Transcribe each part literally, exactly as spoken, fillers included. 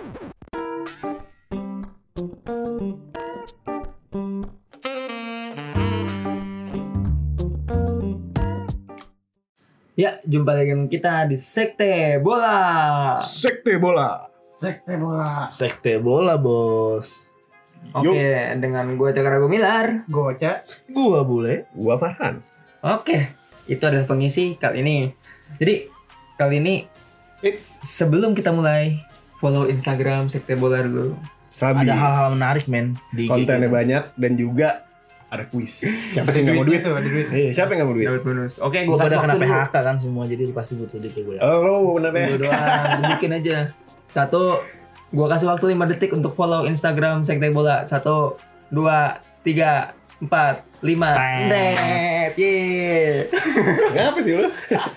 Ya, jumpa lagi dengan kita di Sekte Bola. Sekte bola. Sekte bola. Sekte bola, bos. Oke, dengan gue Cakra Gumilar. Goca. Gua bule. Gua Farhan. Oke, itu adalah pengisi kali ini. Jadi, kali ini It's sebelum kita mulai, follow Instagram Sekte Bola dulu. Sabi. Ada hal-hal menarik, men. Di Kontennya kita. banyak dan juga ada kuis. Siapa sih nggak mau duit? tuh, ada duit. Eh, siapa yang nggak mau duit? Dapat bonus. Oke, Gua gue kasih pada kena waktu P H dulu. K kan semua, jadi pasti butuh duit gue ya. Oh, lo bener Dulu ya? doang, bikin aja. Satu, gue kasih waktu lima detik untuk follow Instagram Sekte Bola. Satu, dua, tiga, empat, lima. Net, yeay. Ngapa sih lo?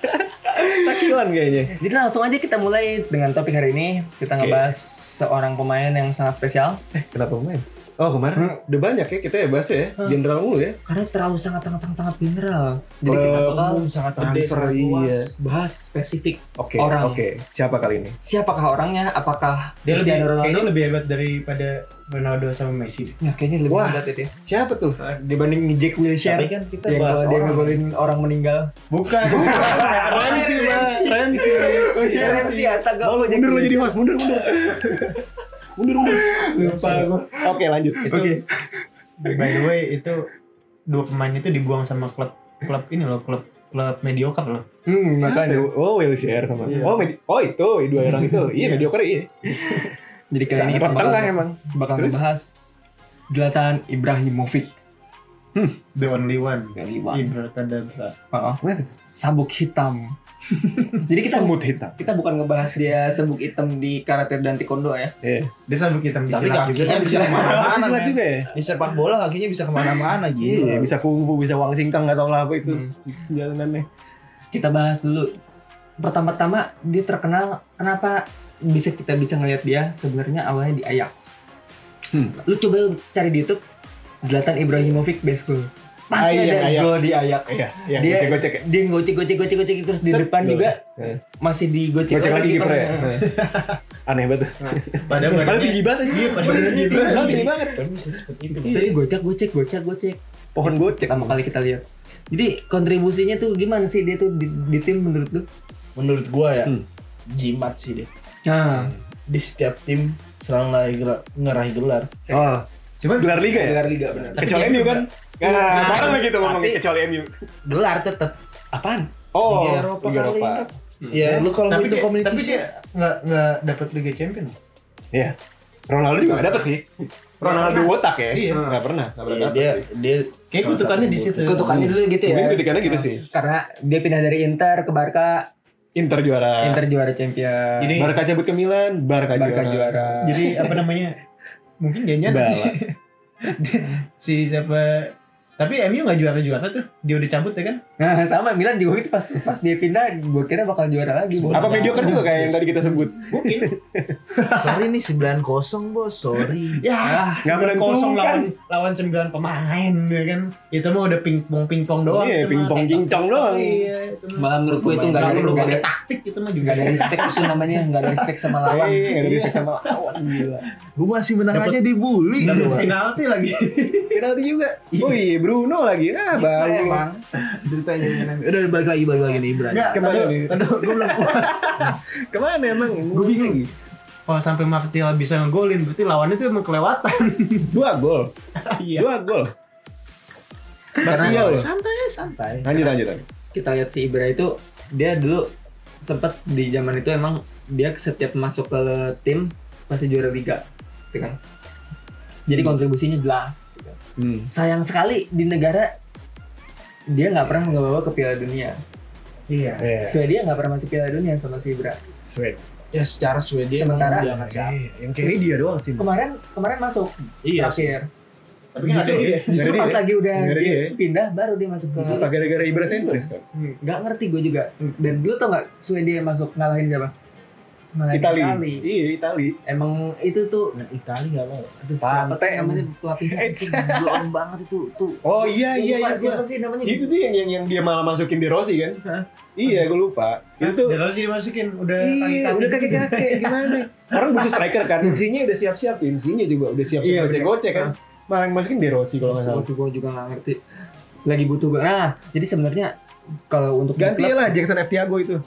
Takilan kayaknya. Jadi langsung aja kita mulai dengan topik hari ini. Kita Oke. ngebahas seorang pemain yang sangat spesial. Eh, kenapa main? Oh, kemarin udah banyak ya kita ya bahas ya. General mulu ya. Karena terlalu sangat-sangat-sangat general. Jadi Eh, kita bakal Umum sangat gede, transfer, sangat luas. iya. bahas spesifik. Oke, Orang. oke. Siapa kali ini? Siapakah orangnya? Apakah Dia lebih, Cristiano Ronaldo? kayaknya lebih hebat daripada Ronaldo sama Messi. Ya, kayaknya lebih Wah. hebat itu ya. Siapa tuh? Dibanding Jack Wilshere. Tapi kan kita Yang bahas kalau dia orang. ngegolin orang meninggal. Bukan. Ramsey, Mas. Ramsey. Oh iya, Ramsey, astaga. Oh, mundur lo jadi Mas, mundur, mundur. Mundur, mundur. Lupa gua. Oke, lanjut. Oke. By the way, itu dua pemain itu dibuang sama klub klub ini loh, klub klub mediocre loh. Hmm, Makanya. Oh, Wilshere sama. Iya. Oh, medi- oh itu dua orang itu. Iya, mediocre iya. Jadi kali ini Sangat kita tengah bakal, emang. bakal Terus? ngebahas Zlatan Ibrahimovic. The only one. Dari Iwan. Ibrakadabra. Oh, Mana tuh? sabuk hitam. Jadi kita Semut hitam. kita bukan ngebahas dia sabuk hitam di karate dan taekwondo ya. Iya. Dia sabuk hitam di Tapi silat juga kakinya kan. bisa kemana-mana, Silat men. juga ya? Di sepak bola kakinya bisa kemana-mana gitu. Iya, bisa kungfu, bisa wang singkang nggak tahu lah apa itu Hmm. jalanannya. Kita bahas dulu. Pertama-tama dia terkenal kenapa bisa kita bisa ngelihat dia sebenarnya awalnya di Ajax. Hmm. Lu coba cari di YouTube Zlatan Ibrahimovic best goal. Pasti Ah, iya, ada Ajax. gol di Ajax. Iya, iya, dia gocek-gocek ya. dia gocek gocek gocek gocek terus di Set, depan gol. juga Eh. masih digocek Gocek lagi kiper ya. kipernya. Aneh banget. Padahal Padahal badannya- tinggi banget. Iya, padahal Badannya tinggi tinggi banget. banget, tinggi banget. Tapi bisa seperti itu. Tapi gocek gocek gocek gocek. Pohon gocek. Pertama kali kita lihat. Jadi kontribusinya tuh gimana sih dia tuh di, di tim menurut lu? Menurut gua ya, Hmm. jimat sih dia. Nah, Di setiap tim selalu ngeraih gelar, ngeraih gelar. Oh, cuma gelar liga ya? gelar liga benar. Tapi Kecuali dia M U juga- kan? Nah, bareng lagi tuh tapi- ngomongin kecuali M U. Gelar tetap. Apaan? Oh, Liga Eropa Liga kali Eropa. kan. Ya, lu kalau Tapi itu dia, community tapi dia nggak nggak dapat Liga Champion. Iya. Ronaldo juga nggak dapet sih. Ronaldo pernah. wotak ya? Iya. Nggak pernah. Nggak pernah Iya, dapet dia sih. dia Kayak kutukannya di situ. Kutukannya dulu gitu ya. Mungkin kritikannya gitu sih. Karena dia pindah dari Inter ke Barca, Inter juara. Inter juara champion. Jadi- Barca cabut ke Milan, Barca, Barca juara. juara. Jadi apa namanya? Mungkin janjian Bala. si siapa? Tapi M U nggak juara-juara tuh. Dia udah cabut ya kan? Nah, sama Milan juga itu pas pas dia pindah, gue kira bakal juara lagi. Apa mediocre juga kayak yang tadi kita sebut? Mungkin. Sorry nih sembilan kosong, Bos. Sorry. Ya, Ah, nggak sembilan menentukan. kosong lawan lawan sembilan pemain ya kan. Itu mah udah pingpong pingpong doang. Iya, itu mah. pingpong Kayak- cincong doang. Iya, itu mah. Malah menurut gue itu nggak ada Nggak perlu nggak pakai ada taktik itu mah juga. nggak ada respect itu namanya, nggak ada respect sama lawan. Eh, nggak ada respect sama lawan. Gila. Gua masih menang Dapet- aja dibully. Dapet penalti lagi. Penalti juga. Oh iya, Bruno lagi. Ah, bau. Emang ceritanya. Udah balik lagi balik lagi nih Ibran. Enggak, Kemana aduh, nih? aduh, gue belum puas. Kemana emang? Gue bingung. Kalau sampai Martial bisa ngegolin, berarti lawannya tuh emang kelewatan. Dua gol. Iya. Dua gol. Karena Martial loh. Santai, santai. Lanjut, lanjut, lanjut. kita lihat si Ibra itu dia dulu sempet di zaman itu emang dia setiap masuk ke tim pasti juara liga, gitu kan. Jadi kontribusinya jelas. Gitu. Hmm. Sayang sekali di negara dia nggak pernah ngebawa ke Piala Dunia. Iya. Eh, Swedia nggak pernah masuk Piala Dunia sama si Ibra. sweet. Ya secara Swedia Sementara- emang diangkat siapa? Eh, yang kiri dia doang sih. Kemarin kemarin masuk Iya sih. terakhir. Tapi kan ada dia. Justru Nggak ada pas dia. lagi udah Nggak ada dia dia. pindah baru dia masuk ke. Apa gara-gara Ibra sentris kan? Hmm, Nggak ngerti gue juga. Dan dulu tau nggak Swedia masuk ngalahin siapa? malah Itali. Itali. Iya, Itali. Emang itu tuh Nah, Itali enggak mau. itu Pak, siapa T M. namanya pelatih itu belum banget itu tuh. Oh iya iya Lupa iya. siapa gua- sih namanya? Itu tuh yang yang, yang dia malah masukin De Rossi kan? Hah? Iya, gue lupa. Itu tuh Udah sih dimasukin, udah iya, udah kakek-kakek gimana? Orang butuh striker kan, Insinya udah siap-siap, Insinya juga udah siap-siap Iya, gocek-gocek kan. Malah yang masukin De Rossi kalau nggak salah. Waktu gue juga nggak ngerti. Lagi butuh banget. Nah, jadi sebenarnya kalau untuk Ganti di klub, lah Jackson F Thiago itu.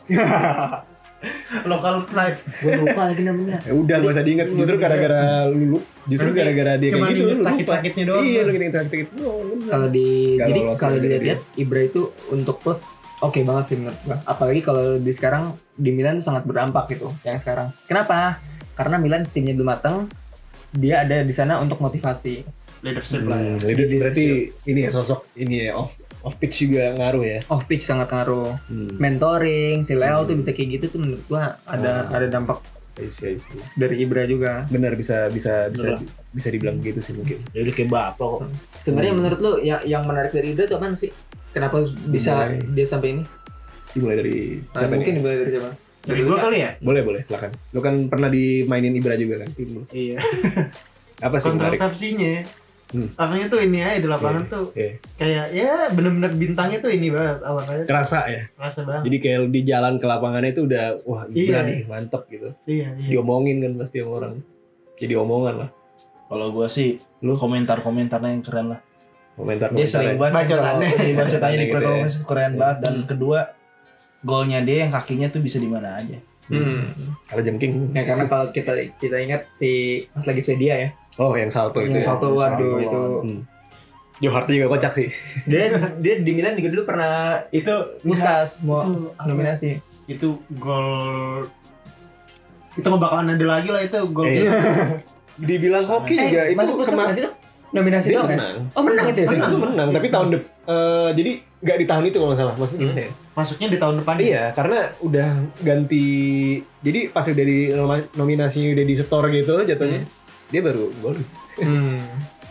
local pride. gue lupa lagi namanya. Ya udah gak usah diinget. Justru gara-gara lu lu- justru Nanti gara-gara dia cuma kayak gitu inget lu lupa. sakit-sakitnya doang. Iya, lu inget sakit-sakit doang. Kalau di Nggak jadi lolos kalau dari dilihat-lihat Ibra itu untuk klub oke banget sih menurut gua. Apalagi kalau di sekarang di Milan sangat berdampak gitu yang sekarang. Kenapa? Karena Milan timnya belum matang. Dia ada di sana untuk motivasi. Leadership lah ya. Hmm, jadi berarti ini ya sosok ini ya off off pitch juga ngaruh ya. Off pitch sangat ngaruh. Hmm. Mentoring, si Leo tuh bisa kayak gitu tuh menurut gua ada Ah. ada dampak I see, I see. dari Ibra juga. Benar bisa bisa bisa Bener. bisa dibilang gitu sih mungkin. Jadi kayak bapak kok. Sebenarnya Hmm. menurut lu ya, yang menarik dari Ibra itu apaan sih? Kenapa bisa Mulai. dia sampai ini? Dimulai dari Nah, siapa mungkin nih? dimulai dari siapa? Dari gua kali ya? Boleh boleh silakan. Lu kan pernah dimainin Ibra juga kan tim lu. Iya. Apa sih menarik? Kontroversinya. Hmm. Makanya tuh ini aja di lapangan tuh Iya. kayak ya bener-bener bintangnya tuh ini banget awalnya Kerasa ya. rasa banget. Jadi kayak di jalan ke lapangannya itu udah wah Ibra Iya. nih mantep gitu. Iya, iya. Diomongin kan pasti sama orang. Jadi omongan lah. Kalau gua sih lu komentar-komentarnya yang keren lah. Komentar Dia sering banget Bacotannya. kalau bacotannya di Gitu ya. Pro keren banget dan Hmm. kedua golnya dia yang kakinya tuh bisa di mana aja. Hmm. Kalau jengking. Ya karena kalau kita kita ingat si pas lagi Swedia ya. Oh yang salto itu. Yang ya. salto, waduh, Salto. itu. Hmm. Joe Hart juga kocak sih. Dia dia di Milan juga dulu pernah Itu Puskas mau itu apa? nominasi. Itu gol itu nggak bakalan ada lagi lah itu gol. Eh, Dibilang hoki juga Eh, itu masuk Puskas kema- nggak sih tuh? Nominasi dia doang kan? menang. Oh menang itu ya? Menang, menang. Tapi tahun depan, jadi nggak di tahun itu kalau nggak salah. Maksudnya gimana ya? Masuknya di tahun depan. Iya, karena udah ganti. Jadi pas udah di nominasi udah di setor gitu jatuhnya, dia baru gol. Hmm.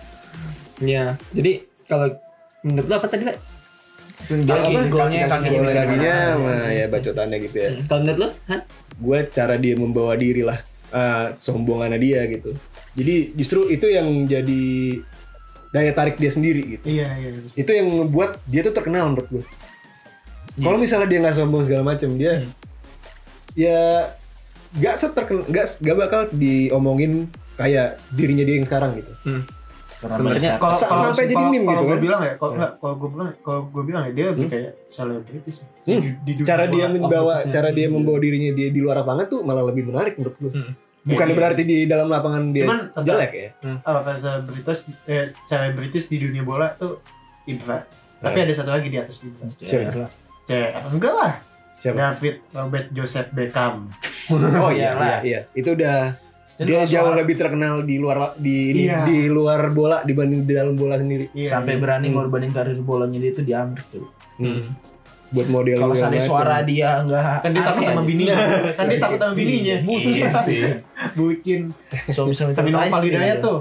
Ya, jadi kalau menurut lu apa tadi Pak? Dia Apa? golnya kakinya bisa di Kakinya mana. sama ya bacotannya gitu ya. Hmm. Kalau menurut lu, Han? Gue cara dia membawa diri lah, uh, sombongannya dia gitu. Jadi justru itu yang jadi daya tarik dia sendiri gitu. Iya, iya. Itu yang membuat dia tuh terkenal menurut gue. Kalau misalnya dia nggak sombong segala macam, dia Hmm. ya nggak seterkenal, nggak nggak bakal diomongin kayak dirinya dia yang sekarang gitu. Karena Sebenarnya banyak- Kalau Sa- kalau sampai jadi kalau- meme kalau gitu gue kan? bilang ya, kalau Hmm. nggak kalau gue bilang kalau gue bilang ya dia lebih Hmm. kayak selebritis. Hmm. Di, di dunia Cara dia bola. membawa, bisa. cara dia membawa dirinya dia di luar lapangan tuh malah lebih menarik menurut gue. Hmm. Bukan Iya. berarti di dalam lapangan dia Cuman tetap- jelek ya. apa selebritis eh, selebritis di dunia bola tuh Ibra. Tapi Eh. ada satu lagi di atas Ibra. Siapa? Ya, lah. C enggak lah. Siapa? David Robert Joseph Beckham. Oh iya, Iyalah. iya, iya. Itu udah Dan dia kalau jauh soal- lebih terkenal di luar di ini, Iya. di luar bola dibanding di dalam bola sendiri. Iya, sampai iya. berani Hmm. ngorbanin karir bolanya dia itu di Amerika tuh. Hmm. Buat model Kalau segala seandainya macam. suara dia enggak Kan dia takut aneh sama aja. bininya. Kan dia takut sama bininya. Bucin sih. Bucin. Suami suami Tapi Noval terbaik Hidayat gitu. tuh.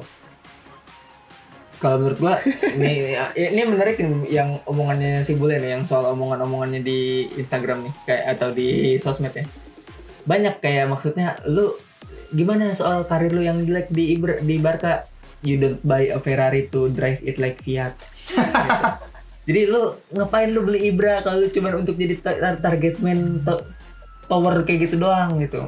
Kalau menurut gua ini ini menarik nih yang omongannya si Bule nih, yang soal omongan-omongannya di Instagram nih kayak atau di sosmed ya. Banyak kayak maksudnya lu gimana soal karir lu yang jelek di Ibra, di Barca, you don't buy a Ferrari to drive it like Fiat. Gitu. Jadi lu ngapain lu beli Ibra kalau lu cuma untuk jadi tar- target man to- tower kayak gitu doang gitu.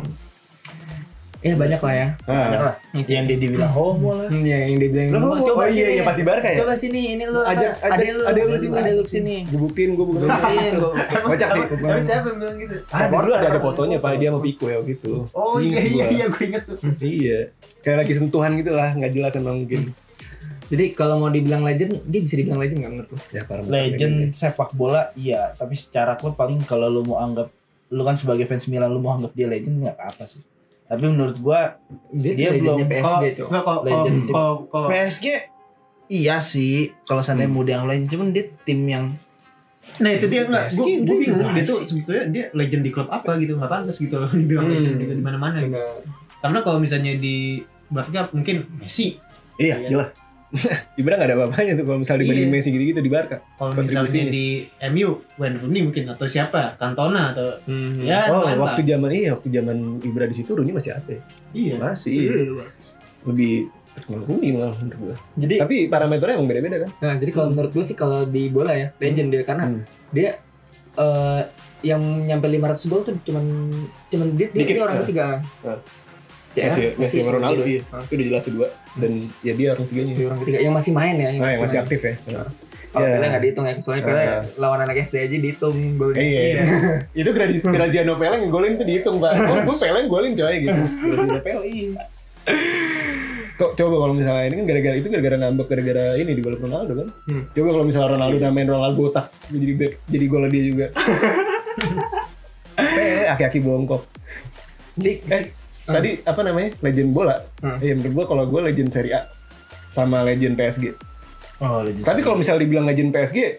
Ya banyak lah ya. Banyak Nah, lah. Yang dia dibilang homo lah. Hmm, ya yang dia bilang Lo homo? coba Oh iya, sini. iya, Pati Barca ya? Coba sini, ini lu apa? Ajak- ajak- Ade lu, ade lu sini. ade lu sini. gue buktiin gue bukan. Buktiin gua. Kocak sih. Tapi siapa yang bilang gitu? Ada dulu ada ada fotonya Pak dia sama Pico ya gitu. Oh iya iya iya gue inget tuh. Iya. Kayak lagi sentuhan gitu lah, nggak jelas emang mungkin. Jadi kalau mau dibilang legend, dia bisa dibilang legend nggak menurut lu? Ya para Legend sepak bola iya, tapi secara klub paling kalau lu mau anggap lu kan sebagai fans Milan lu mau anggap dia legend nggak apa sih. Tapi menurut gua Dia, Dia tuh legendnya belum- P S G Kalau tuh. enggak kalau Legend kalau- tim. kalau kalau P S G iya sih kalau seandainya mau yang lain cuman dia tim yang Nah itu dia nggak, P S G gue udah bingung gimana dia tuh sih? sebetulnya dia legend di klub apa gitu, nggak pantas gitu loh dibilang Hmm. legend di mana-mana gitu. Benar. Karena kalau misalnya di Barca mungkin Messi, Iya, jelas. Ibra nggak ada apa-apanya tuh kalau misalnya dibanding Iya. Messi gitu-gitu di Barca. Kalau misalnya Kontribusinya. di M U, Wayne Rooney mungkin atau siapa? Cantona atau Hmm. ya Oh, lain waktu lah. zaman iya, waktu zaman Ibra di situ Rooney masih ada. ya? Iya. Masih. Iya. Lebih terkenal Rooney malah menurut gua. Jadi Tapi parameternya emang beda-beda kan? nah, jadi kalau menurut gue sih kalau di bola ya legend dia karena Hmm. dia eh, yang nyampe lima ratus gol tuh cuman cuman dia, dia, Dikit, dia orang ya. ketiga. Ya. C R, Messi, Messi sama Ronaldo iya. Ah. Itu udah jelas kedua dan ya dia orang ketiganya. Dia orang ketiga yang masih main ya, Nah, yang masih main. aktif ya. Kalau Ya. Pele nggak dihitung ya, soalnya Pele Ah. lawan anak S D aja dihitung golnya. Eh, iya, iya. Itu Grazi- Graziano Pele yang golin itu dihitung, Pak. Oh, gue Pele yang golin coy gitu. Graziano Pele iya. Kok coba kalau misalnya ini kan gara-gara itu gara-gara ngambek gara-gara ini di gol Ronaldo kan. Hmm. Coba kalau misalnya Ronaldo namain Ronaldo botak jadi back, jadi gol dia juga. Eh, aki-aki bongkok. Jadi Eh, tadi apa namanya? Legend bola. Hmm. Iya, menurut gua kalau gua legend Serie A sama legend P S G. Oh, legend. Tapi kalau misalnya dibilang legend P S G,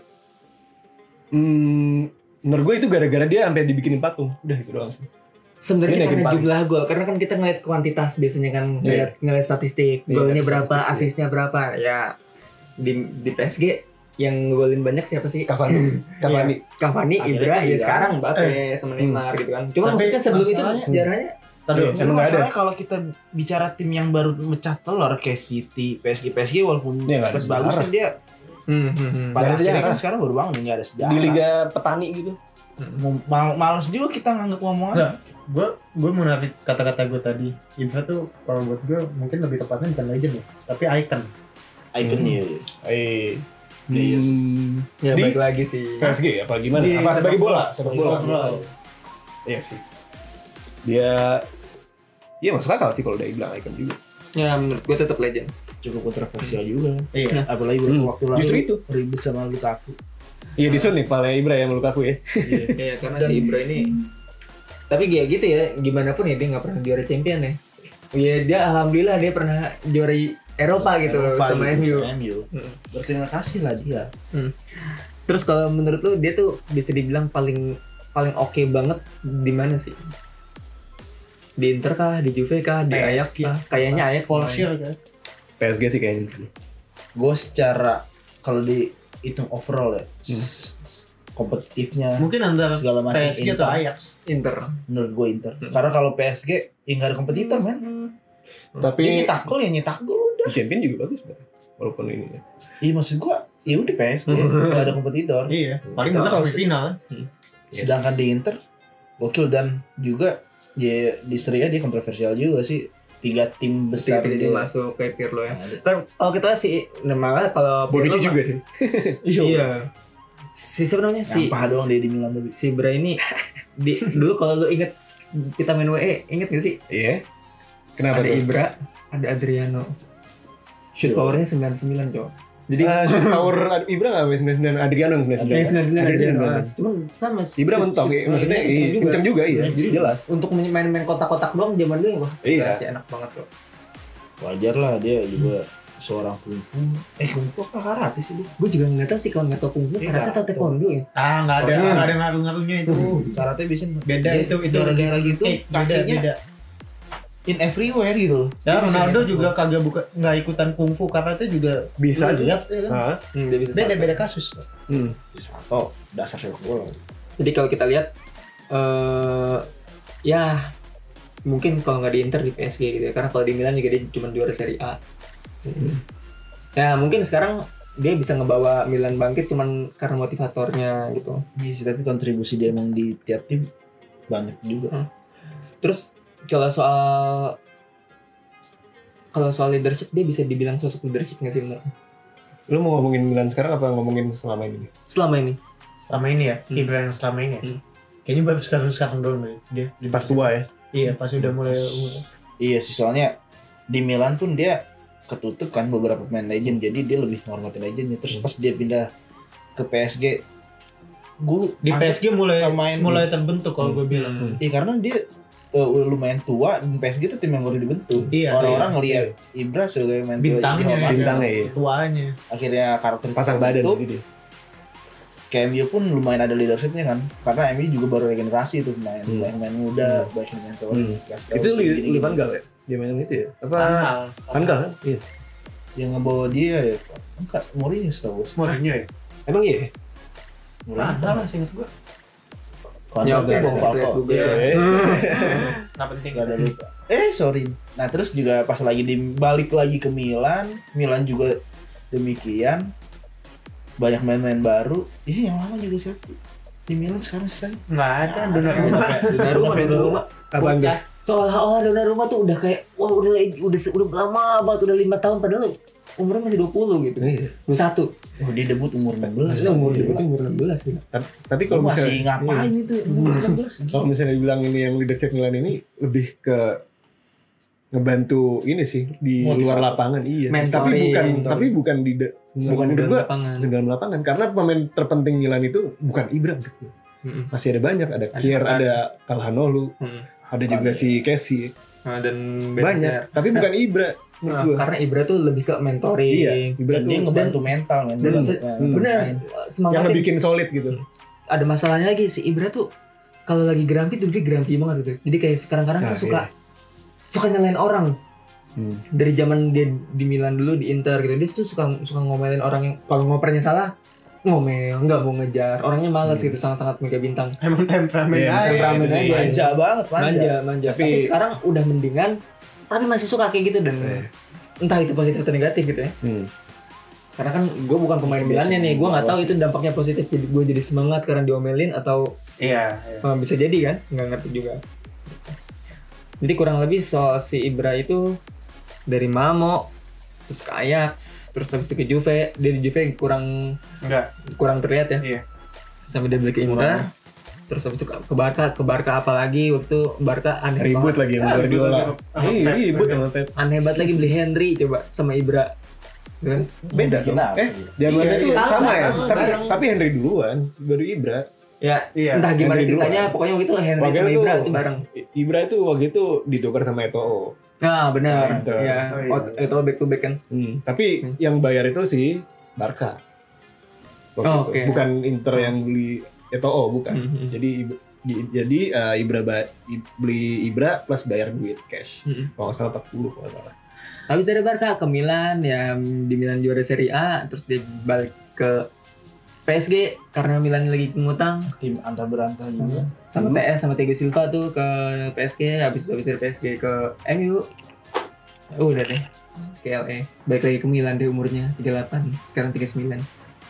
hmm, menurut gue itu gara-gara dia sampai dibikinin patung. Udah itu doang sih. sebenarnya Dia karena naikin jumlah gol, karena kan kita ngeliat kuantitas biasanya kan ngeliat ngeliat statistik, Iya, golnya statistik, berapa, iya. asisnya berapa, ya di di P S G yang golin banyak siapa sih? Cavani, Cavani. Cavani, Akhirnya Ibra, kan ya juga. sekarang Mbappe sama Neymar gitu kan. Cuma Tapi maksudnya sebelum itu masalahnya- sejarahnya Tadi Iya, dulu. emang nggak ada. Masalahnya kalau kita bicara tim yang baru mecah telur kayak City, P S G, P S G walaupun Dia nggak ada sempat bagus sejarah. kan dia hmm, hmm, hmm. Nggak pada ada akhirnya sejarah. kan sekarang baru bangun nggak ada sejarah. Di Liga Petani gitu. Mau- mal- males juga kita nganggap ngomongan. Nggak. Gue gue munafik kata-kata gue tadi. Ibra tuh kalau buat gue mungkin lebih tepatnya bukan legend ya, tapi icon. Icon dia. Eh, Iya. hmm, Ya Di- balik lagi sih. P S G apa gimana? Di Apa sebagai sepak bola? bola. Sepak Sepak bola. bola. Iya sih. Dia Iya masuk akal sih kalau udah bilang icon juga. Ya menurut gue tetap legend. Cukup kontroversial juga. Iya. Apalagi beberapa Hmm, waktu lalu justru itu. ribut sama Lukaku. Iya di Sun nih kepala Ibra ya meluk aku ya. Iya. Iya karena si Ibra ini. Tapi kayak gitu ya, gimana pun ya dia nggak pernah juara champion ya. Iya dia alhamdulillah dia pernah juara Eropa gitu Eropa sama gitu, M U. sama M U. Hmm. Berterima kasih lah dia. Terus kalau menurut lu dia tuh bisa dibilang paling paling oke banget di mana sih? Di Inter kah, di Juve kah, di P S G. Ajax kah? Kayaknya Ajax. Solskjaer kan. P S G sih kayaknya gitu. Gue secara kalau dihitung overall ya s- kompetitifnya Mungkin antara segala macam P S G atau Inter. Ajax. Inter. Menurut gue Inter. Hmm. Karena kalau P S G ya nggak ada kompetitor men. Dia Tapi nyetak gol ya nyetak gol udah. di champion juga bagus Pak. Walaupun ini ya. Iya maksud gue ya udah P S G nggak ada kompetitor. Iya. Paling Tapi mentok kalau semifinal. Sedangkan di Inter gokil dan juga ya di Serie A dia kontroversial juga sih. Tiga tim besar Tiga-tiga dia dia. masuk kayak Pirlo ya. Nah, dia- Ntar kalau kita sih, nah malah kalau Bonucci Pirlo- juga sih. Iya. Si siapa namanya si Nyampah doang dia di Milan tapi. si Ibra ini di dulu kalau lu inget kita main W E inget gak sih? Iya. Kenapa Ada tuh? Ibra, ada Adriano. Shoot Iya. powernya sembilan puluh sembilan cowok. Jadi Ah, shoot power Ibra nggak sembilan sembilan Adriano yang sembilan yang sembilan. sembilan puluh sembilan Adriano Adriano. sembilan. Ah, Cuman sama sih. Ibra mentok, Shoot- iya. maksudnya shoot- iya, kenceng kenceng juga iya. Jadi jelas. Untuk main-main kotak-kotak doang zaman dulu wah. Iya. Masih enak banget kok. Wajar lah dia juga seorang kungfu. Eh kungfu apa karate sih dia? Gue juga nggak tahu sih kalau nggak tahu kungfu Iya, karate atau karate. taekwondo ya. Ah, nggak ada Soalnya- nggak ada ngaruh-ngaruhnya itu. Karate bisa Beda dia itu itu gara-gara gitu Eh, beda kakinya beda. in everywhere gitu loh. Ya Dia bisa Ronaldo nyetak juga gol. kagak buka nggak ikutan kungfu karate juga Bisa lu juga. lihat ya kan. Hah? Hmm, dia bisa Beda satu. beda kasus. Hmm. Bisa atau dasar sepak bola. Jadi kalau kita lihat eh ya mungkin kalau nggak di Inter di P S G gitu ya. Karena kalau di Milan juga dia cuma juara Serie A. Ya mungkin sekarang dia bisa ngebawa Milan bangkit cuman karena motivatornya gitu. Iya sih tapi kontribusi dia emang di tiap tim banyak juga. Terus kalau soal kalau soal leadership dia bisa dibilang sosok leadership nggak sih menurut? Lu mau ngomongin Milan sekarang apa ngomongin selama ini? Selama ini. Selama ini ya, Hmm. Ibra yang selama ini ya. Hmm. Kayaknya baru sekarang sekarang dulu nih. Dia, dia Pas tua ya. Iya, pas udah mulai umur. Iya sih soalnya di Milan pun dia ketutup kan beberapa pemain legend jadi dia lebih menghormati legendnya. Terus pas dia pindah ke P S G gue Di P S G mulai pemain mulai terbentuk kalau gue bilang. Hmm. Iya karena dia uh, lumayan tua dan P S G itu tim yang baru dibentuk. Iya, Orang-orang iya. ngelihat Ibra sebagai pemain tua Bintangnya, dihormati. Bintangnya, ya, iya. tuanya. Akhirnya karakter Pasang badan itu gitu. K M U pun lumayan ada leadershipnya kan karena M U juga baru regenerasi itu pemain Hmm. banyak pemain muda banyak pemain tua Hmm. Kasih tahu Itu Louis gini-gini. Louis van Gaal ya? Dia mainin itu ya? Apa? Mahal. Van Gaal kan? Iya. Yang ngebawa dia ya, enggak Mourinho setahu gue. Mourinho ya? Emang iya? Ada lah seinget gua. Ya, oke, Falcao, Bang, Falcao. Google. Iya. Nggak penting. Gak ada lupa. Eh sorry. Nah terus juga pas lagi di balik lagi ke Milan, Milan juga demikian. Banyak main-main baru. Iya yang lama juga siapa? Di Milan sekarang selesai. Nggak ada Donnarumma. Donnarumma, Donnarumma. Apaan tuh? Seolah-olah Donnarumma tuh udah kayak wah udah udah udah lama banget, udah lima tahun padahal umurnya masih dua puluh gitu. Iya. dua puluh satu. Oh dia debut umur enam belas. Maksudnya umur debut umur enam belas gitu. Tapi, tapi kalau Kalau masih misalnya ngapain itu umur enam belas? kalau misalnya dibilang ini yang leadership Milan ini lebih ke ngebantu ini sih di Motivator. luar lapangan iya. Mentoring. Tapi bukan Mentoring. tapi bukan di da- Bukan di menurut dalam gua lapangan. di dalam lapangan karena pemain terpenting Milan itu bukan Ibra menurut gua. Mm-mm. Masih ada banyak, ada Ada Kier, Kapan. ada Calhanoglu, Mm. ada juga si Kessie. Nah, dan Banyak, tapi bukan Ibra menurut Nah, gua. karena Ibra tuh lebih ke mentoring. Iya, Ibra Dan tuh dia ngebantu mental men. dan Ngebantu- se- nah, bener main. yang semangatin. ngebikin solid gitu. Ada masalahnya lagi si Ibra tuh kalau lagi grumpy tuh dia grumpy banget gitu. Jadi kayak sekarang-kadang Nah, tuh suka iya. suka nyalain orang. Hmm. Dari zaman dia di Milan dulu di Inter gitu dia tuh suka suka ngomelin orang yang kalau ngopernya salah ngomel nggak mau ngejar orangnya malas Hmm. gitu sangat-sangat mega bintang Emang temperamen Iya, aja. temperamen itu sih. aja. Manja banget, manja. manja manja tapi, Tapi- sekarang udah mendingan tapi masih suka kayak gitu dan Eh. entah itu positif atau negatif gitu ya Hmm. karena kan gue bukan pemain Milannya nih gue nggak tahu itu dampaknya positif jadi gue jadi semangat karena diomelin atau Iya. iya. eh, bisa jadi kan nggak ngerti juga jadi kurang lebih soal si Ibra itu dari Malmo terus ke Ajax terus habis itu ke Juve dia di Juve kurang Enggak. kurang terlihat ya Iya. sampai dia beli ke Inter terus habis itu ke ke Barca ke Barca apa lagi waktu itu Barca aneh Ribut banget lagi sama Ah, Guardiola. ribut sama Iya, Pep. ribut sama Pep. aneh banget lagi beli Henry coba sama Ibra kan Beda Bikin dong. apa Eh, gitu? zamannya Iya, tuh iya. sama ya. Bareng, Tapi bareng. tapi Henry duluan, baru Ibra. ya Iya. entah gimana Henry ceritanya duluan. pokoknya waktu itu Henry Waktu sama itu- Ibra itu bareng Ibra itu waktu itu ditukar sama Eto'o. nah benar Inter. ya Oh, iya. oh, itu back to back kan Hmm. Tapi Hmm. yang bayar itu si Barca. Waktu Oh, itu. oke. Bukan Inter yang beli Eto'o, bukan. Mhm. Jadi Ib- di- jadi eh, Ibra ba- i- beli Ibra plus bayar duit cash. Mhm. Kalau nggak salah empat puluh kalau nggak salah. Habis dari Barca ke Milan ya di Milan juara Serie A terus dia balik ke P S G karena Milan lagi ngutang Tim antar berantah juga. sama Hmm. T S sama Thiago Silva tuh ke P S G habis habis dari P S G ke M U oh, udah deh ke L A balik lagi ke Milan deh umurnya tiga puluh delapan sekarang tiga puluh sembilan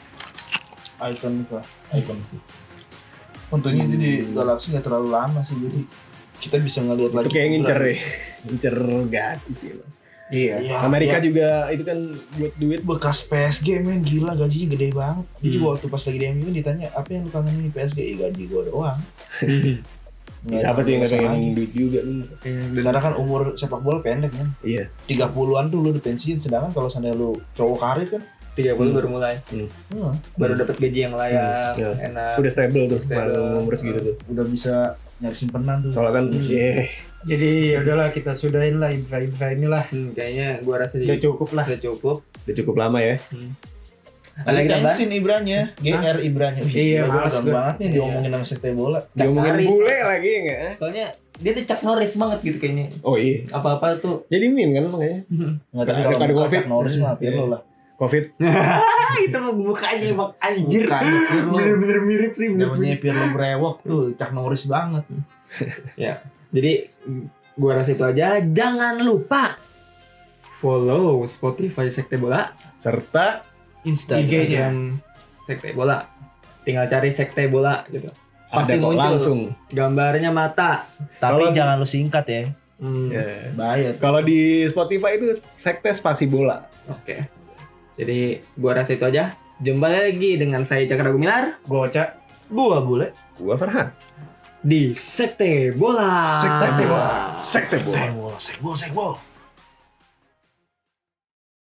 Icon lah, icon sih. Untungnya dia di Galaxy nggak terlalu lama sih, jadi kita bisa ngelihat lagi. Itu kayak ngincer deh. Ngincer ganti sih. Lo. Iya. Iya, Amerika iya. juga itu kan buat duit. Bekas P S G men gila gajinya gede banget. Dia Hmm. juga waktu pas lagi di M U ditanya apa yang lu kangenin di P S G? Eh, gaji gua doang. Nggak Siapa ada sih yang nggak urusan pengen lagi. duit juga nih? Karena kan umur sepak bola pendek kan. Iya. tiga puluhan tuh lu udah pensiun, sedangkan kalau seandainya lu cowok karir kan, tiga puluh baru mulai hmm, baru dapat gaji yang layak Hmm, iya. enak Udah stable tuh, Stable. stable. umur segitu tuh. udah bisa nyari simpenan tuh. Soalnya kan, Hmm. yeah. Jadi ya udahlah kita sudahin lah infra-infra inilah. Hmm, kayaknya gua rasa Udah jadi cukup lah. udah cukup udah cukup lama ya. hmm. Ada lagi tambah tensin Ibranya, G R Ibranya. Iya, Gua males gampang gua. banget nih diomongin sama sekte bola. Diomongin Norris. bule lagi enggak? soalnya dia tuh Chuck Norris banget gitu kayaknya Oh iya. apa-apa tuh Jadi meme kan makanya. Enggak tapi Ada- kalau ada bukan Covid. Chuck Norris mah Pirlo lah. Covid. ah itu mah mukanya emang anjir Mukanya Pirlo. bener-bener mirip sih Namanya bener-bener. Pirlo brewok tuh, Chuck Norris banget. Jadi gua rasa itu aja. Jangan lupa follow Spotify Sekte Bola, Serta Insta. I G-nya. Instagram Sekte Bola. Tinggal cari Sekte Bola gitu. Pasti ada kok muncul. langsung. Gambarnya mata. Tapi Kalau- jangan lu singkat ya. Hmm, Ya. Bahaya. Kalau di Spotify itu sekte spasi bola. Oke. Jadi gua rasa itu aja. Jumpa lagi dengan saya Cakra Gumilar Gocak. Gua bule. Gua Farhan. di Sekte Bola. Sekte bola. Sekte bola. Sekbol, sekbol, sekbol.